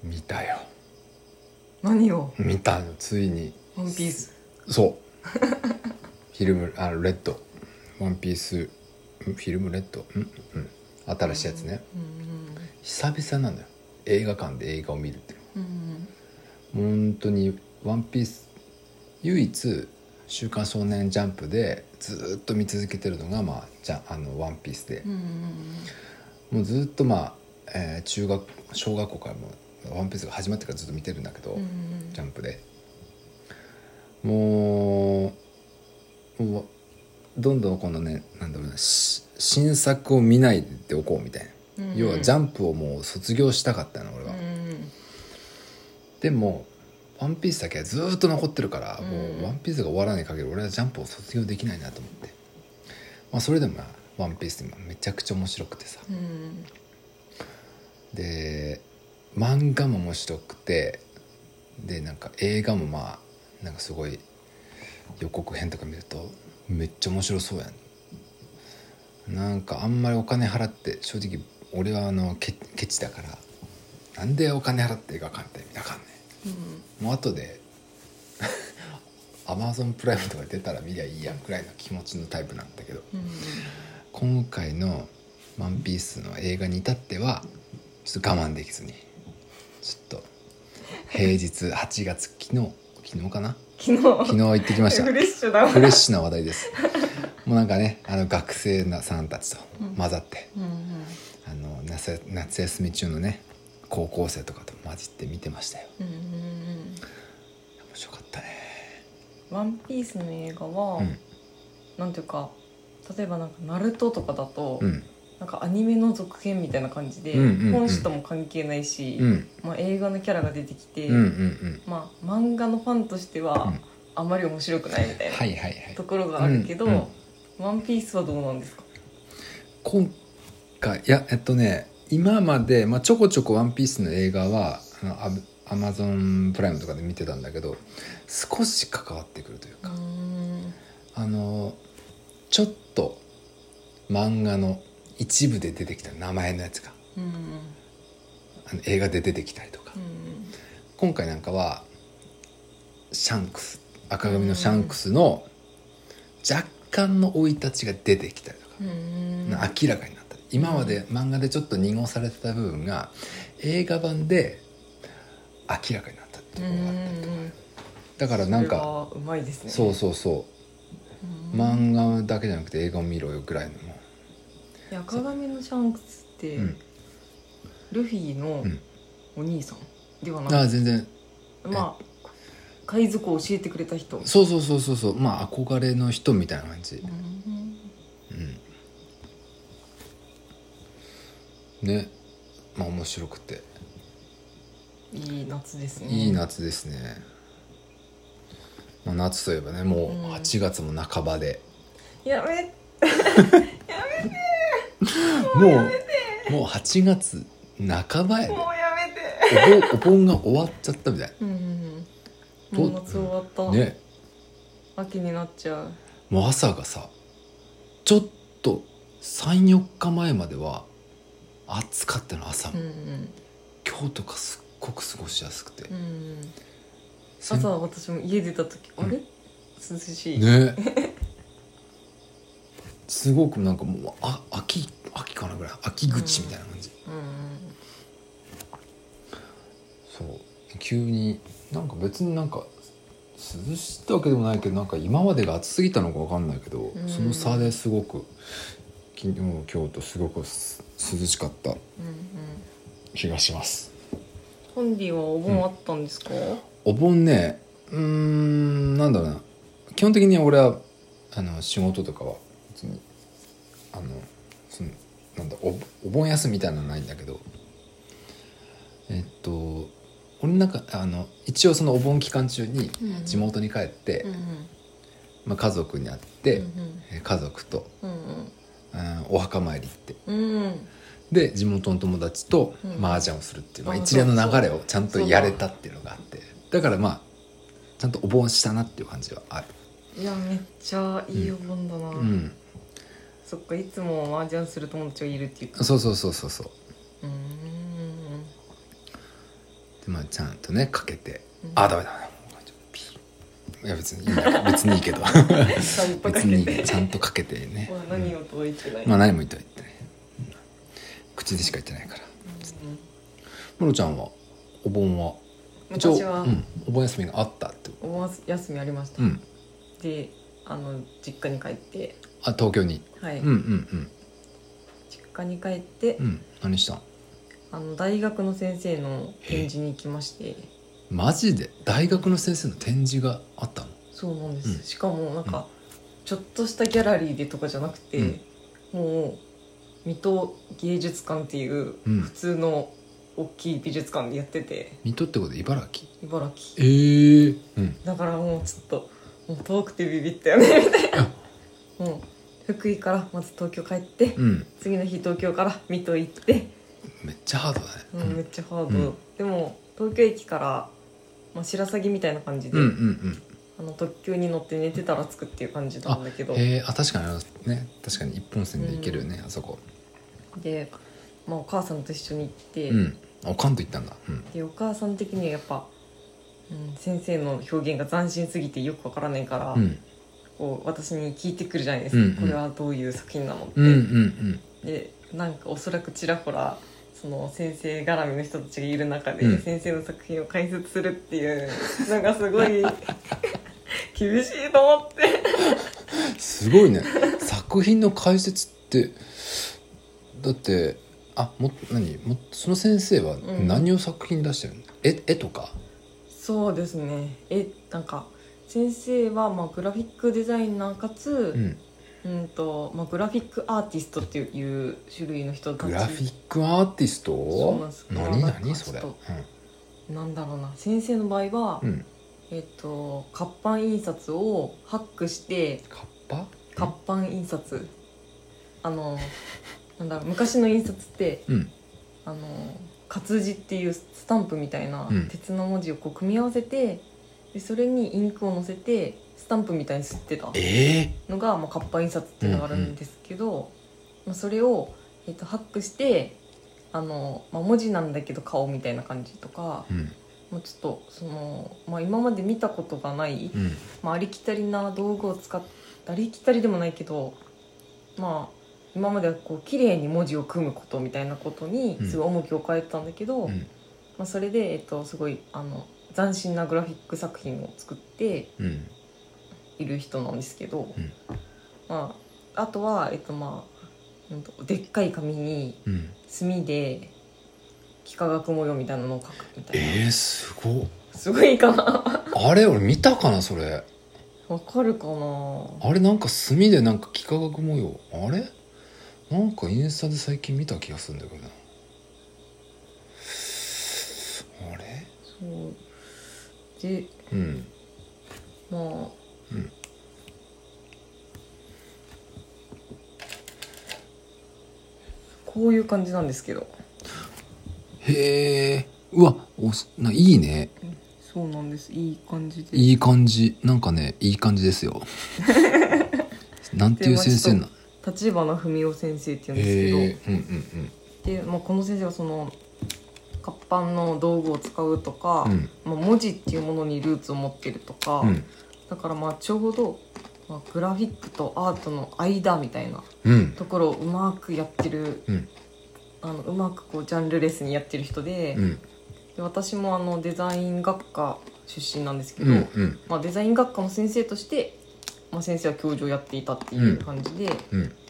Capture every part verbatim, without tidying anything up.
見たよ。 何を見たのついに。 ワンピース。 そうフィルムあレッドワンピースフィルムレッドうんうん新しいやつね、 うんうん久々なんだよ映画館で映画を見るっていううんの。本当にワンピース唯一週刊少年ジャンプでずっと見続けてるのが、まあ、じゃあのワンピースで、 うんうんもうずっとまあ、えー、中学小学校からもワンピースが始まってからずっと見てるんだけど、 うんうんジャンプでもう、もうどんどんこのねなんだろうな新作を見ないでおこうみたいな、 うんうん、 要はジャンプをもう卒業したかったの俺は、 うんうん、 でもワンピースだけはずっと残ってるから、 うん、 もうワンピースが終わらない限り俺はジャンプを卒業できないなと思って、まあ、それでもなワンピース今めちゃくちゃ面白くてさ、 うん、 で漫画も面白くてでなんか映画もまあなんかすごい予告編とか見るとめっちゃ面白そうやん。なんかあんまりお金払って正直俺はあのケ, ケチだからなんでお金払って映画館って見なあかんねん、うん、もう後でアマゾンプライムとか出たら見りゃいいやんくらいの気持ちのタイプなんだけど、うん、今回のワンピースの映画に至ってはちょっと我慢できずにちょっと平日はちがつ昨日昨日かな昨日昨日行ってきましたフレッシュだフレッシュな話題ですもうなんかねあの学生さんたちと混ざって、うんうんうん、あの 夏, 夏休み中のね高校生とかと混じって見てましたよ、うんうんうん、面白かったね。 ワンピースの映画は、うん、なんていうか例えばなんかナルトとかだと、うん、なんかアニメの続編みたいな感じで、うんうんうん、本誌とも関係ないし、うんまあ、映画のキャラが出てきて、うんうんうんまあ、漫画のファンとしては、うん、あまり面白くないみたいな、はいはいはい、ところがあるけど、うんうん、ワンピースはどうなんですか？ 今回いやえっとね今まで、まあ、ちょこちょこワンピースの映画はあのアマゾンプライムとかで見てたんだけど少し関わってくるというか、うーんあのちょっと漫画の一部で出てきた名前のやつが、うん、あの映画で出てきたりとか、うん、今回なんかはシャンクス赤髪のシャンクスの若干の生い立ちが出てきたりとか、うん、明らかになったり今まで漫画でちょっと濁されてた部分が映画版で明らかになったところがあったりとか、うん、だからなんかうまいですね。 そうそうそう、うん、漫画だけじゃなくて映画を見ろよぐらいのもいや赤髪のシャンクスって、うん、ルフィのお兄さんではなくて、 うん、あ全然まあ海賊を教えてくれた人そうそうそうそうそうまあ憧れの人みたいな感じ、うんうん、ねまあ面白くていい夏ですね。 いい夏ですね、まあ、夏といえばねもうはちがつも半ばで、 うん、やめやめてもうもうはちがつなかばやでもうやめてお盆、お盆が終わっちゃったみたいな、 うんうんうん、もう夏終わった、 ね、 秋になっちゃう。 もう朝がさちょっと さん,よっ 日前までは暑かったの朝も、うんうん、今日とかすっごく過ごしやすくて、うんうん、 朝私も家出た時、うん、あれ涼しいねすごくなんかもうあ秋秋かなぐらい秋口みたいな感じ、うんうん、そう急になんか別になんか涼しいってわけでもないけどなんか今までが暑すぎたのか分かんないけど、うん、その差ですごく昨日今日とすごく涼しかった気がします、 うんうん、本人はお盆あったんですか？うん、 お盆ねうーんなんだろうな基本的に俺はあの仕事とかは別にあのそのなんだ お, お盆休みみたいなのはないんだけどえっと俺なんかあの一応そのお盆期間中に地元に帰って、うんうんまあ、家族に会って、うんうん、家族と、うんうん、お墓参り行って、うん、で地元の友達と麻雀をするっていう、うんまあ、一連の流れをちゃんとやれたっていうのがあってだからまあちゃんとお盆したなっていう感じはある。 いやめっちゃいいお盆だな、うんうん、そっかいつも麻雀する友達がいるっていうかそうそうそうそうそううーんまあ、ちゃんとねかけて、 うん、 あダメだダメだいや別にいい別にいいけどちゃんとかけて別にちゃんとかけてね、 まあ何をとは言ってない、 まあ何も言ってないってね、口でしか言ってないから。ムロちゃんはお盆は一応、うん、 お盆休みがあったってお盆休みありました、うん、であの実家に帰ってあ東京にはい、 うんうんうん実家に帰って、 うん、何したん？ あの大学の先生の展示に行きまして。 マジで大学の先生の展示があったの？ そうなんです、うん、しかもなんか、うん、ちょっとしたギャラリーでとかじゃなくて、うん、もう水戸芸術館っていう普通の大きい美術館でやってて、 水戸ってことで茨城？ 茨城えーうん、 だからもうちょっともう遠くてビビったよねみたいなもう福井からまず東京帰って、うん、次の日東京から水戸行ってめっちゃハードだね、 うん、めっちゃハード、うん、でも東京駅からまあ、白鷺みたいな感じで、 うんうんうん、 あの特急に乗って寝てたら着くっていう感じなんだけど、 あ、へあ確かにね確かに一本線で行けるよね、うん、あそこで、まあ、お母さんと一緒に行って、 うん、おかんと行ったんだ、うん、 でお母さん的にはやっぱ、うん、先生の表現が斬新すぎてよくわからないから、うん、こう私に聞いてくるじゃないですか、うんうん、これはどういう作品なのって、うんうんうん、でなんかおそらくちらほらその先生絡みの人たちがいる中で、うん、先生の作品を解説するっていうのがすごい厳しいと思ってすごいね作品の解説ってだってあも何もその先生は何を作品出してるの、うん、絵, 絵とか？ そうですねえなんか先生はまあグラフィックデザイナーかつ、うんうんとまあ、グラフィックアーティストっていう種類の人たち。 グラフィックアーティスト？ そうなんです。 何何それ、 うん、なんだろうな先生の場合は、うん、えっと活版印刷をハックして活版活版印刷あのなんだろう昔の印刷って、うん、あの活字っていうスタンプみたいな鉄の文字をこう組み合わせてでそれにインクを乗せてスタンプみたいに吸ってたのが、まあ、活版印刷っていうのがあるんですけど、うんうんまあ、それを、えー、とハックしてあの、まあ、文字なんだけど顔みたいな感じとか、うん、もうちょっとその、まあ、今まで見たことがない、うんまあ、ありきたりな道具を使ってありきたりでもないけどまあ今まではこう綺麗に文字を組むことみたいなことにすごい重きを置かれてたんだけど、うんまあ、それで、えー、とすごいあの斬新なグラフィック作品を作っている人なんですけど、うんまあ、あとは、えっとまあ、でっかい紙に墨で幾何学模様みたいなのを描くみたいな。 えー、すごいすごいかなあれ俺見たかなそれわかるかなあれなんか墨でなんか幾何学模様あれなんかインスタで最近見た気がするんだけどなあれそうで、うん、まあ、うん、こういう感じなんですけどへえうわおないいねそうなんですいい感じでいい感じなんかねいい感じですよなんていう先生な立花文夫先生っていうんですけど、うんうんうん、で、まあ、この先生はその活版の道具を使うとか、うんまあ、文字っていうものにルーツを持ってるとか、うん、だからまあちょうど、まあ、グラフィックとアートの間みたいなところをうまくやってる、うん、あのうまくこうジャンルレスにやってる人 で,、うん、で私もあのデザイン学科出身なんですけど、うんうんまあ、デザイン学科の先生として、まあ、先生は教授をやっていたっていう感じで、うんうん、うーん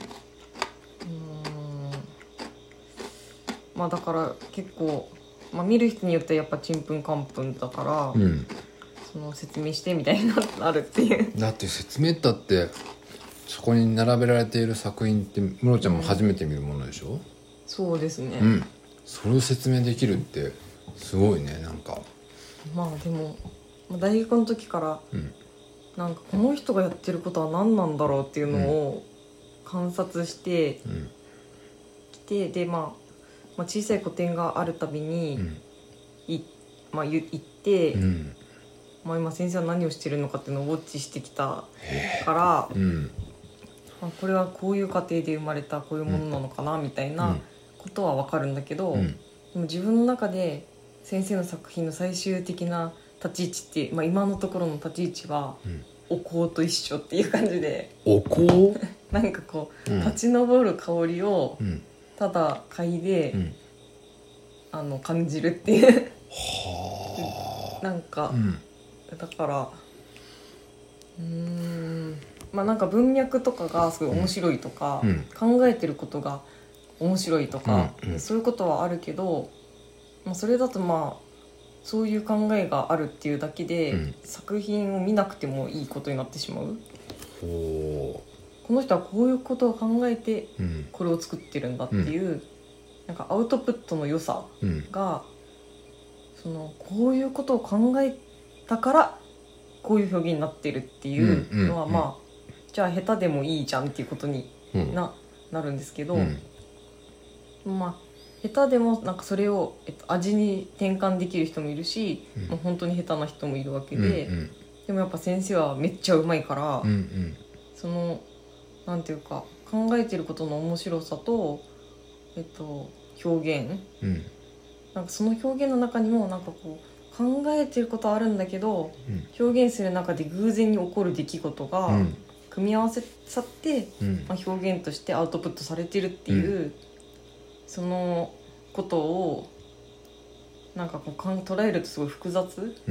まあだから結構まあ、見る人によってはやっぱちんぷんかんぷんだから、うん、その説明してみたいになるっていうだって説明だってそこに並べられている作品ってムロちゃんも初めて見るものでしょ、うん、 そうですね、 うん、それを説明できるってすごいねなんかまあでも大学の時から、うん、なんかこの人がやってることは何なんだろうっていうのを観察してきて、うん、でまあまあ、小さい個展があるたびに、うんいまあ、行って、うんまあ、今先生は何をしてるのかっていうのをウォッチしてきたから、うんまあ、これはこういう過程で生まれたこういうものなのかなみたいなことは分かるんだけど、うん、でも自分の中で先生の作品の最終的な立ち位置って、まあ、今のところの立ち位置は、うん、お香と一緒っていう感じで、 お香なんかこう、うん、立ち上る香りをただ嗅いで、うん、あの感じるっていうはなんか、うん、だからうーんまあなんか文脈とかがすごい面白いとか、うん、考えてることが面白いとか、うん、そういうことはあるけど、まあ、それだとまあそういう考えがあるっていうだけで、うん、作品を見なくてもいいことになってしまう。ほう、この人はこういうことを考えてこれを作ってるんだっていう、うん、なんかアウトプットの良さが、うん、そのこういうことを考えたからこういう表現になってるっていうのは、うんうんうん、まあじゃあ下手でもいいじゃんっていうことに な,、うん、なるんですけど、うん、まあ下手でもなんかそれを、えっと、味に転換できる人もいるし、うん、もう本当に下手な人もいるわけで、うんうん、でもやっぱ先生はめっちゃうまいから、うんうん、そのなんていうか考えてることの面白さと、えっと、表現、うん、なんかその表現の中にもなんかこう考えてることはあるんだけど、うん、表現する中で偶然に起こる出来事が組み合わせさって、うんまあ、表現としてアウトプットされてるっていう、うん、そのことをなんかこう捉えるとすごい複雑、うん、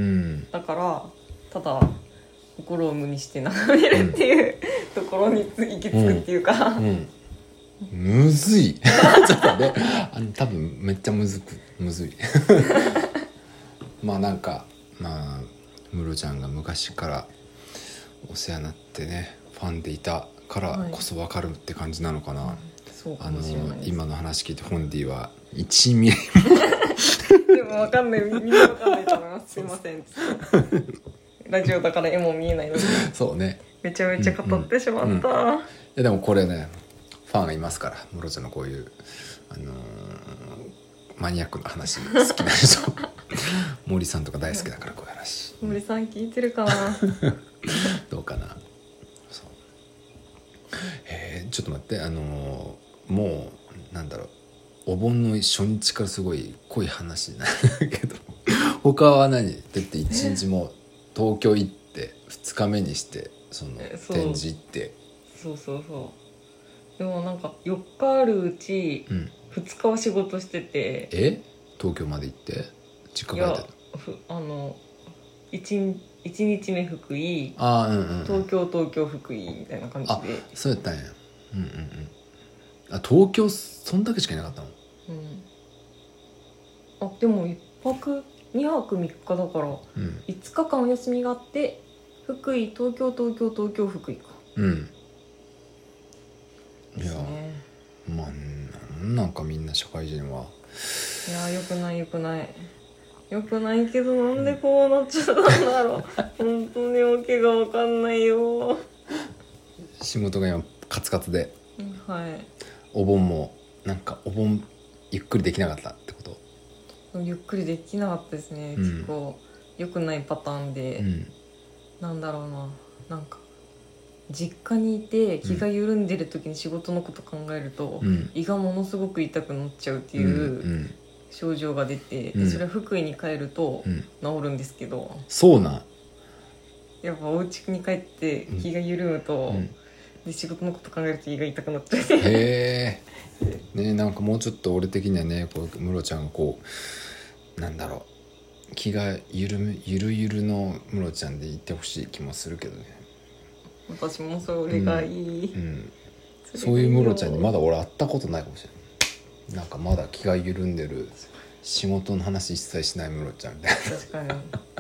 だからただ心を無にして眺めるっていう、うん、ところに行き着くっていうか、うんうんむずいちょっとねあの多分めっちゃむずくむずいまあなんかまあムロちゃんが昔からお世話になってねファンでいたからこそ分かるって感じなのかな、はい、そうかもしれないです。あの今の話聞いてホンディはいちミリでも分かんないみんな分かんないと思いますすいませんラジオだから絵も見えないのでそうねめちゃめちゃ語ってしまった、うんうんうん、 で, でもこれねファンがいますからムロちゃんのこういう、あのー、マニアックな話好きな人森さんとか大好きだからこういう話森さん聞いてるかなどうかな。そうえー、ちょっと待ってあのー、もうなんだろうお盆の初日からすごい濃い話になるけど他は何だっていちにちも東京行ってふつかめにしてその展示行ってそうそうそうでもなんかよっかあるうちふつかは仕事してて、 うん、え東京まで行って実家帰ってたあの 1, 1日目福井あ、うんうんうん、 東京東京福井みたいな感じであそうやったんやうんうんうんあ東京そんだけしかいなかったのうんあでもいっぱくにはくみっかだから、うん、いつかかんお休みがあって福井東京東京東京福井かうんいや、ね、まあなんかみんな社会人はいやよくないよくないよくないけどなんでこうなっちゃったんだろう本当にわけが分かんないよ仕事が今カツカツで、 はい、 お盆もなんかお盆ゆっくりできなかったってことゆっくりできなかったですね、うん、結構よくないパターンで、うん、なんだろうななんか実家にいて気が緩んでる時に仕事のこと考えると、うん、胃がものすごく痛くなっちゃうっていう症状が出て、うん、でそれは福井に帰ると治るんですけど、うん、 そうなんやっぱお家に帰って気が緩むと、うん、で仕事のこと考えると胃が痛くなっちゃうへえ、ね、なんかもうちょっと俺的にはねこうムロちゃんこうなんだろう気が緩むゆるゆるのムロちゃんでいてほしい気もするけどね私もそれがいい、うんうん、 そ, そういうムロちゃんにまだ俺会ったことないかもしれないなんかまだ気が緩んでる仕事の話一切しないムロちゃんみたいな確かに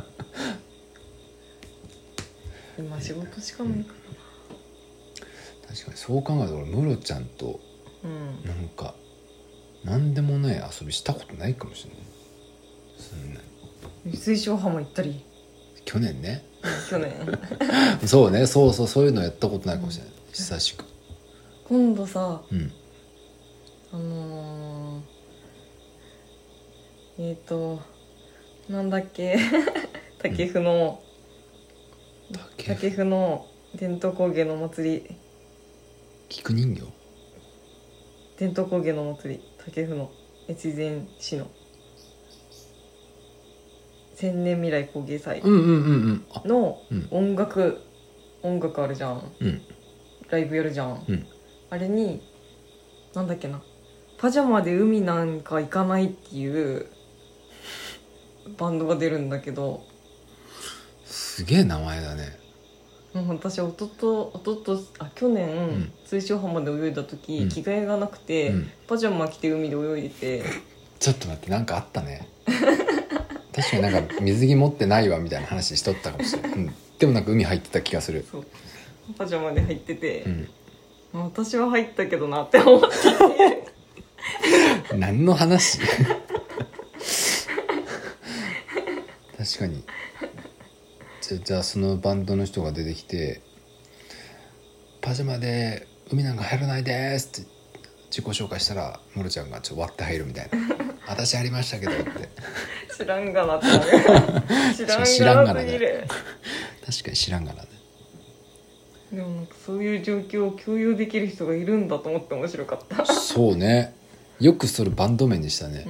今仕事しかないからな、 うん、確かにそう考えると俺ムロちゃんとなんか何でもない遊びしたことないかもしれない、そんなに水晶浜行ったり去年ね去年そうねそうそうそういうのやったことないかもしれない、うん、久しく今度さ、うん、あのー、えっ、ー、となんだっけ竹生の、うん、竹生の伝統工芸のお祭り菊人形伝統工芸のお祭り竹生の越前市の千年未来工芸祭うんうんうんうんあのうん音楽、音楽あるじゃん、 うんライブやるじゃん、 うんあれになんだっけな、パジャマで海なんか行かないっていうバンドが出るんだけど、 すげえ名前だね。 もう私おととおととあ去年、 ん水晶浜で泳いだ時、 うん着替えがなくて、 うんパジャマ着て海で泳いでて、 ちょっと待って、なんかあったね確かになんか水着持ってないわみたいな話しとったかもしれない、うん、でもなんか海入ってた気がする。 そうパジャマで入ってて、 うん私は入ったけどなって思って何の話確かに。じゃ、じゃあそのバンドの人が出てきてパジャマで海なんか入らないですって自己紹介したらムロちゃんがちょっと割って入るみたいな私ありましたけどって知らんがなって知ら知らんがなんがなすぎる。 確かに知らんがなね。 でもなんかそういう状況を共有できる人がいるんだと思って面白かったそうね、よくそれバンド名にしたね、 うん、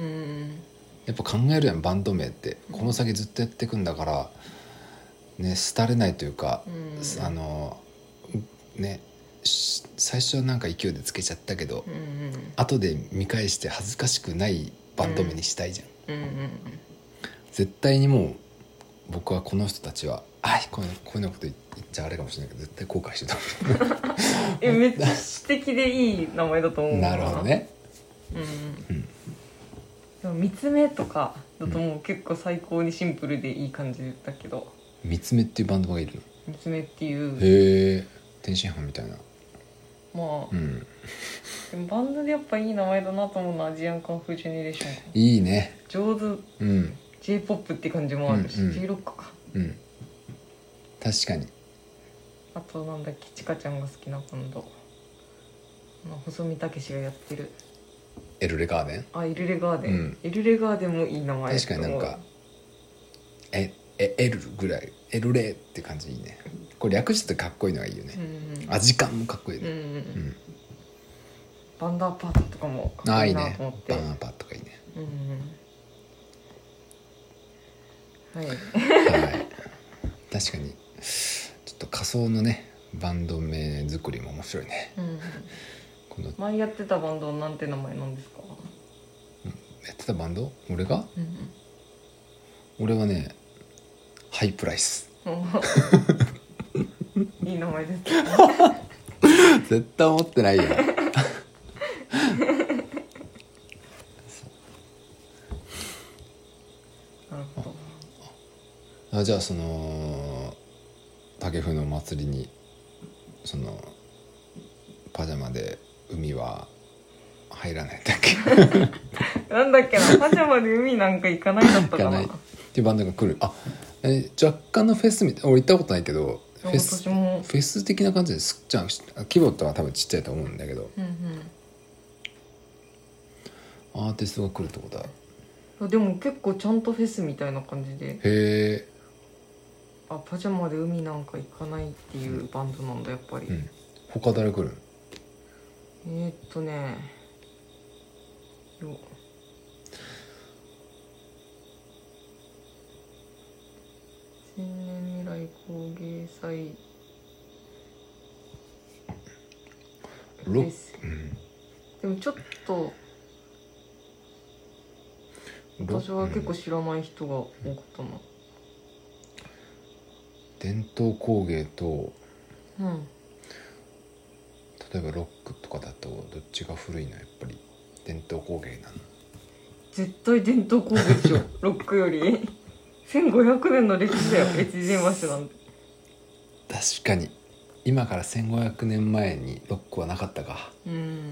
やっぱ考えるやんバンド名ってこの先ずっとやっていくんだからね、廃れないというか、 うん、 あのね最初はなんか勢いでつけちゃったけど、 うんうん、 後で見返して恥ずかしくないバンド名にしたいじゃん、 うんうんうん、 絶対にもう僕はこの人たちはあこういうこういうのこと言っちゃあれかもしれないけど絶対後悔してたえめっちゃ素敵でいい名前だと思うなるほどね、 うんうん、でも見つめとかだともう結構最高にシンプルでいい感じだけど、 三つ目っていうバンドがいるの。 見つめっていうへえ天津飯みたいな。 まあ、 うん、 でもバンドでやっぱいい名前だなと思うのはアジアンカンフージェネレーション。 いいね。 上手、 うん、 J-ポップ って感じもあるし、 うんうん、 J ロックか。 うん確かに。 あとなんだっけ、ちかちゃんが好きなバンド、まあ、細見武史がやってるエルレガーデン。 あエルレガーデン、 うん、 エルレガーデンもいい名前。 確かになんかええエルぐらいエルレって感じいいね。これ略してかっこいいのがいいよね、 うんうん、 アジカンもかっこいいね、 うんうんうん、 バンダーパートとかもかっこいいなと思って。 あいいねバンダーパートとかいいね、 うんうん、はいはい確かにちょっと仮想のねバンド名作りも面白いね、 うんうん、 この前やってたバンドなんて名前なんですか？ やってたバンド俺が、 うんうん、 俺はねハイプライスいい名前ですね絶対思ってないよなるほど。 あじゃあその竹風の祭りにそのパジャマで海は入らないんだっけなんだっけな、パジャマで海なんか行かないだったかな。 行かないっていうバンドが来る。あえ若干のフェスみたいな、俺行ったことないけどフェス私もフェス的な感じですじゃん。規模とは多分ちっちゃいと思うんだけど、 うんうん、アーティストが来るってことはうん、でも結構ちゃんとフェスみたいな感じで、 へえ、 あパジャマで海なんか行かないっていうバンドなんだやっぱり、 うん、他誰来るん？ えー、っとねよ千年未来工芸祭ロフェス、 うん、 でもちょっと私は結構知らない人が多かったな。 伝統工芸とうん例えばロックとかだとどっちが古いの？やっぱり伝統工芸なの？ 絶対伝統工芸でしょロックよりせんごひゃくねんの歴史だよ越前橋なんて。 確かに今からせんごひゃくねんまえにロックはなかったか。 うん、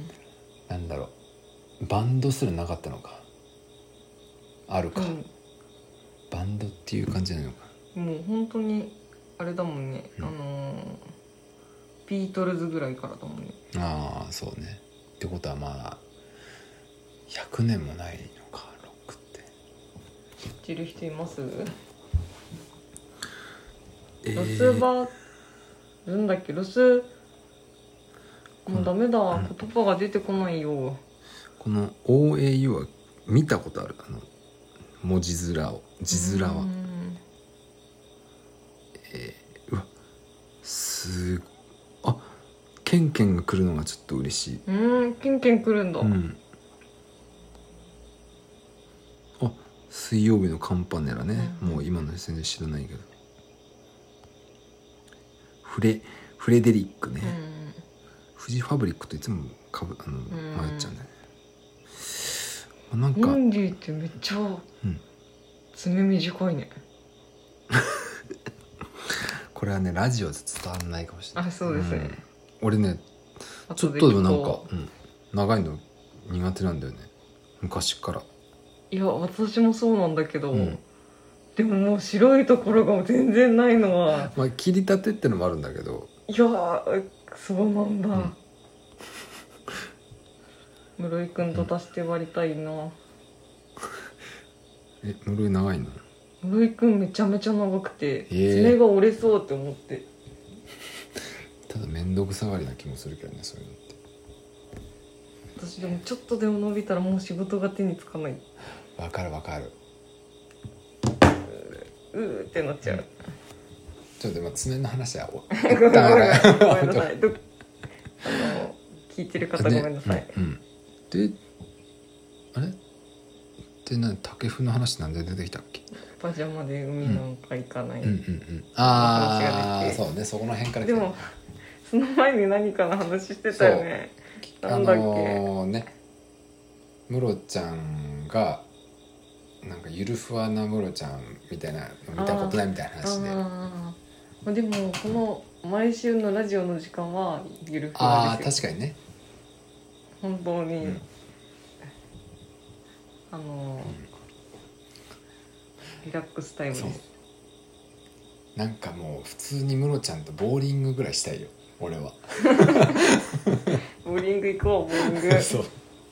なんだろう、バンドすらなかったのか。あるか、うん、バンドっていう感じなのか。 もう本当にあれだもんね、うん、あのー、ビートルズぐらいからだもんね。 ああそうね。ってことはまあひゃくねんもないのかロックって。 知ってる人います？ えー、 ロスバなんだっけロスもうダメだ、うん、言葉が出てこないよ。 この オーエーユー は見たことある、あの文字面を字面は。 ケンケンが来るのがちょっと嬉しい。 うんケンケン来るんだ、 うん、あ水曜日のカンパネラね、うん、もう今の全然知らないけどフレフレデリックね、うん、フジファブリックといつもかぶあの、うん、迷っちゃうんだよね。なんかインディってめっちゃ爪短いね、うん、 これはねラジオで伝わらないかもしれない。 あそうですね、 うん、俺ねちょっとでもなんか、うん、長いの苦手なんだよね昔から。 いや私もそうなんだけど、うん、でももう白いところが全然ないのはまあ切り立てってのもあるんだけど。 いやそうなんだ、うん室井くんと足して割りたいな、うん、 え室井長いの？ 室井くんめちゃめちゃ長くて爪が折れそうって思って。 ただ面倒くさがりな気もするけどねそういうのって。 私でもちょっとでも伸びたらもう仕事が手につかない。 わかるわかる。 うーってなっちゃう、うん、 ちょっと今爪の話はごめんなさいあの聞いてる方ごめんなさい、ねうんうんであれでな竹風の話なんで出てきたっけ？ パジャマで海なんか行かない、 うんうんうんうん、ああそうねそこの辺から来て。 でもその前に何かの話してたよね。なんだっけ、あのー、ねムロちゃんがなんかゆるふわなムロちゃんみたいなの見たことないみたいな話で。 ああでもこの毎週のラジオの時間はゆるふわですよ。 ああ確かにね本当に、うん、あのーうん、リラックスタイムです。 なんかもう普通にムロちゃんとボーリングぐらいしたいよ俺はボーリング行こうボーリングそう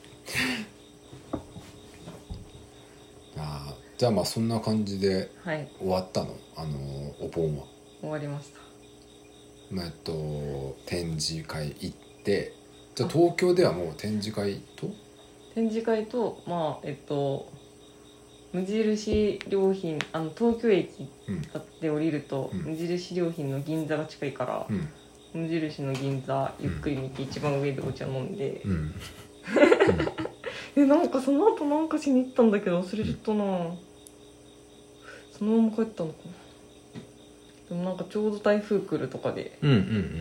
あじゃあまあそんな感じで終わったの、はい、あのお盆は終わりました。 えっと展示会行ってじゃあ東京ではもう展示会と展示会とまあえっと無印良品あの東京駅で降りると、うん、無印良品の銀座が近いから、うん、無印の銀座ゆっくり見て、うん、一番上でお茶飲んで、うん、えなんかその後なんかしに行ったんだけど忘れちゃったな、うん、そのまま帰ったのかな。でもなんかちょうど台風来るとかでうんうん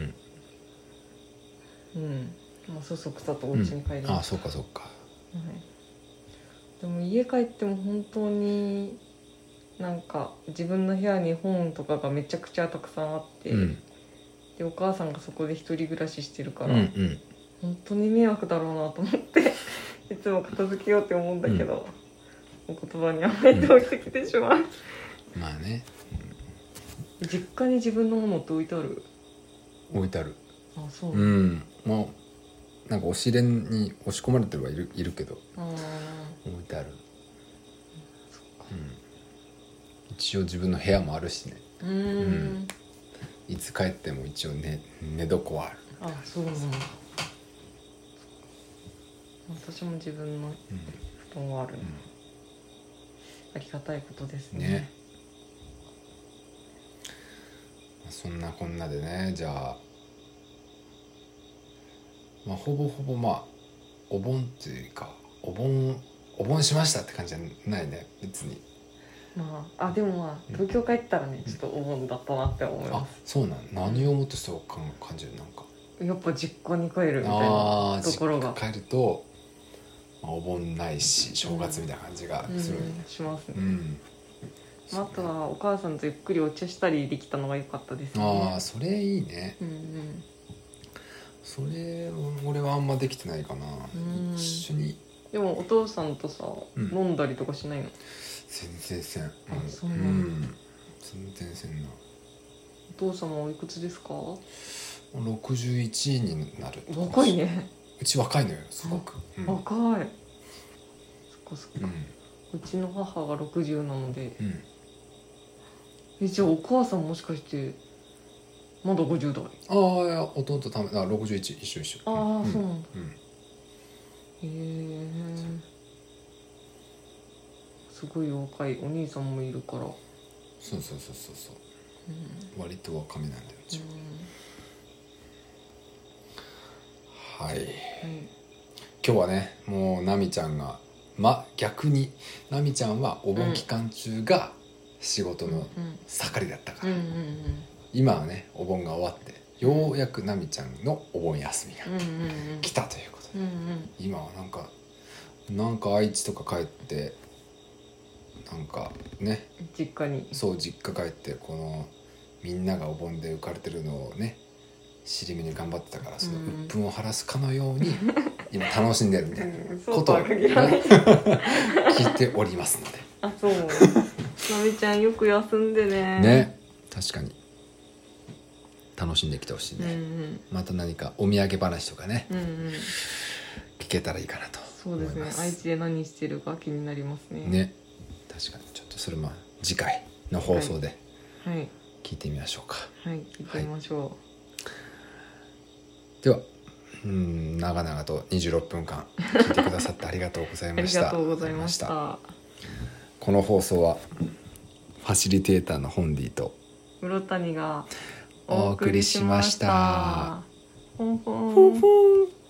うんうんまあそそくさとお家に帰りました、 うん、あそうかそうか、はい、 でも家帰っても本当になんか自分の部屋に本とかがめちゃくちゃたくさんあって、うん、でお母さんがそこで一人暮らししてるから、うんうん、本当に迷惑だろうなと思っていつも片付けようって思うんだけど、うん、お言葉に甘えて置いてきてしまう、 うん、まあね、 うん、実家に自分のものって置いてある？ 置いてある。 あそう、 うん、まあなんか押し入れに押し込まれてるはいる、いるけどあ置いてある、うん、そっか、うん、一応自分の部屋もあるしねうん、うん、いつ帰っても一応寝、寝床はある。 あそうなんだ。私も自分の布団はある、うん、ありがたいことですね。ねそんなこんなでねじゃあまあ、ほぼほぼまあお盆っていうかお盆お盆しましたって感じじゃないね別に。 まああでもまあ東京帰ったらね、うん、ちょっとお盆だったなって思います。 あそうなん何をもってそう感じるなんかやっぱ実家に帰るみたいなところが実家帰ると、まあ、お盆ないし正月みたいな感じがする、うんうん、しますね、うんまあ、あとはお母さんとゆっくりお茶したりできたのが良かったですね。 ああそれいいね、うんうん、それ俺はあんまできてないかな。一緒にでもお父さんとさ、うん、飲んだりとかしないの？ 全然せん。あそうなんだ、うん、 全然せんな。 お父様おいくつですか？ ろくじゅういちになる。 若いね。 うち若いのよすごく、 うん、若い。そっかそっか、うん、うちの母がろくじゅうなので、うん、えじゃあお母さんもしかしてまだごじゅう代？ ああいや弟ためあろくじゅういち一緒一緒。 ああ、うん、そうなんだ、うん、へえすごい若いお兄さんもいるから。 そうそうそうそうそう、うん、割と若めなんだようちは、 はい、はい、今日はねもうナミちゃんがま逆にナミちゃんはお盆期間中が仕事の盛りだったから、うんうんうんうん、今はねお盆が終わってようやくナミちゃんのお盆休みが来たということで、うんうん、今はなんかなんか愛知とか帰ってなんかね実家にそう実家帰ってこのみんながお盆で浮かれてるのをね尻目に頑張ってたからその鬱憤を晴らすかのように今楽しんでるみたいなことを聞いておりますのであそうナミちゃんよく休んでねね確かに楽しんできてほしいね、うんうん、また何かお土産話とかね、うんうん、聞けたらいいかなと思います。そうですね愛知で何してるか気になりますねね確かにちょっとそれも次回の放送で聞いてみましょうかはい、はい、聞いてみましょう、はいではうん長々とにじゅうろっぷんかん聞いてくださってありがとうございましたありがとうございましたこの放送はファシリテーターのホンディと室谷がお送りしました。 ほんほん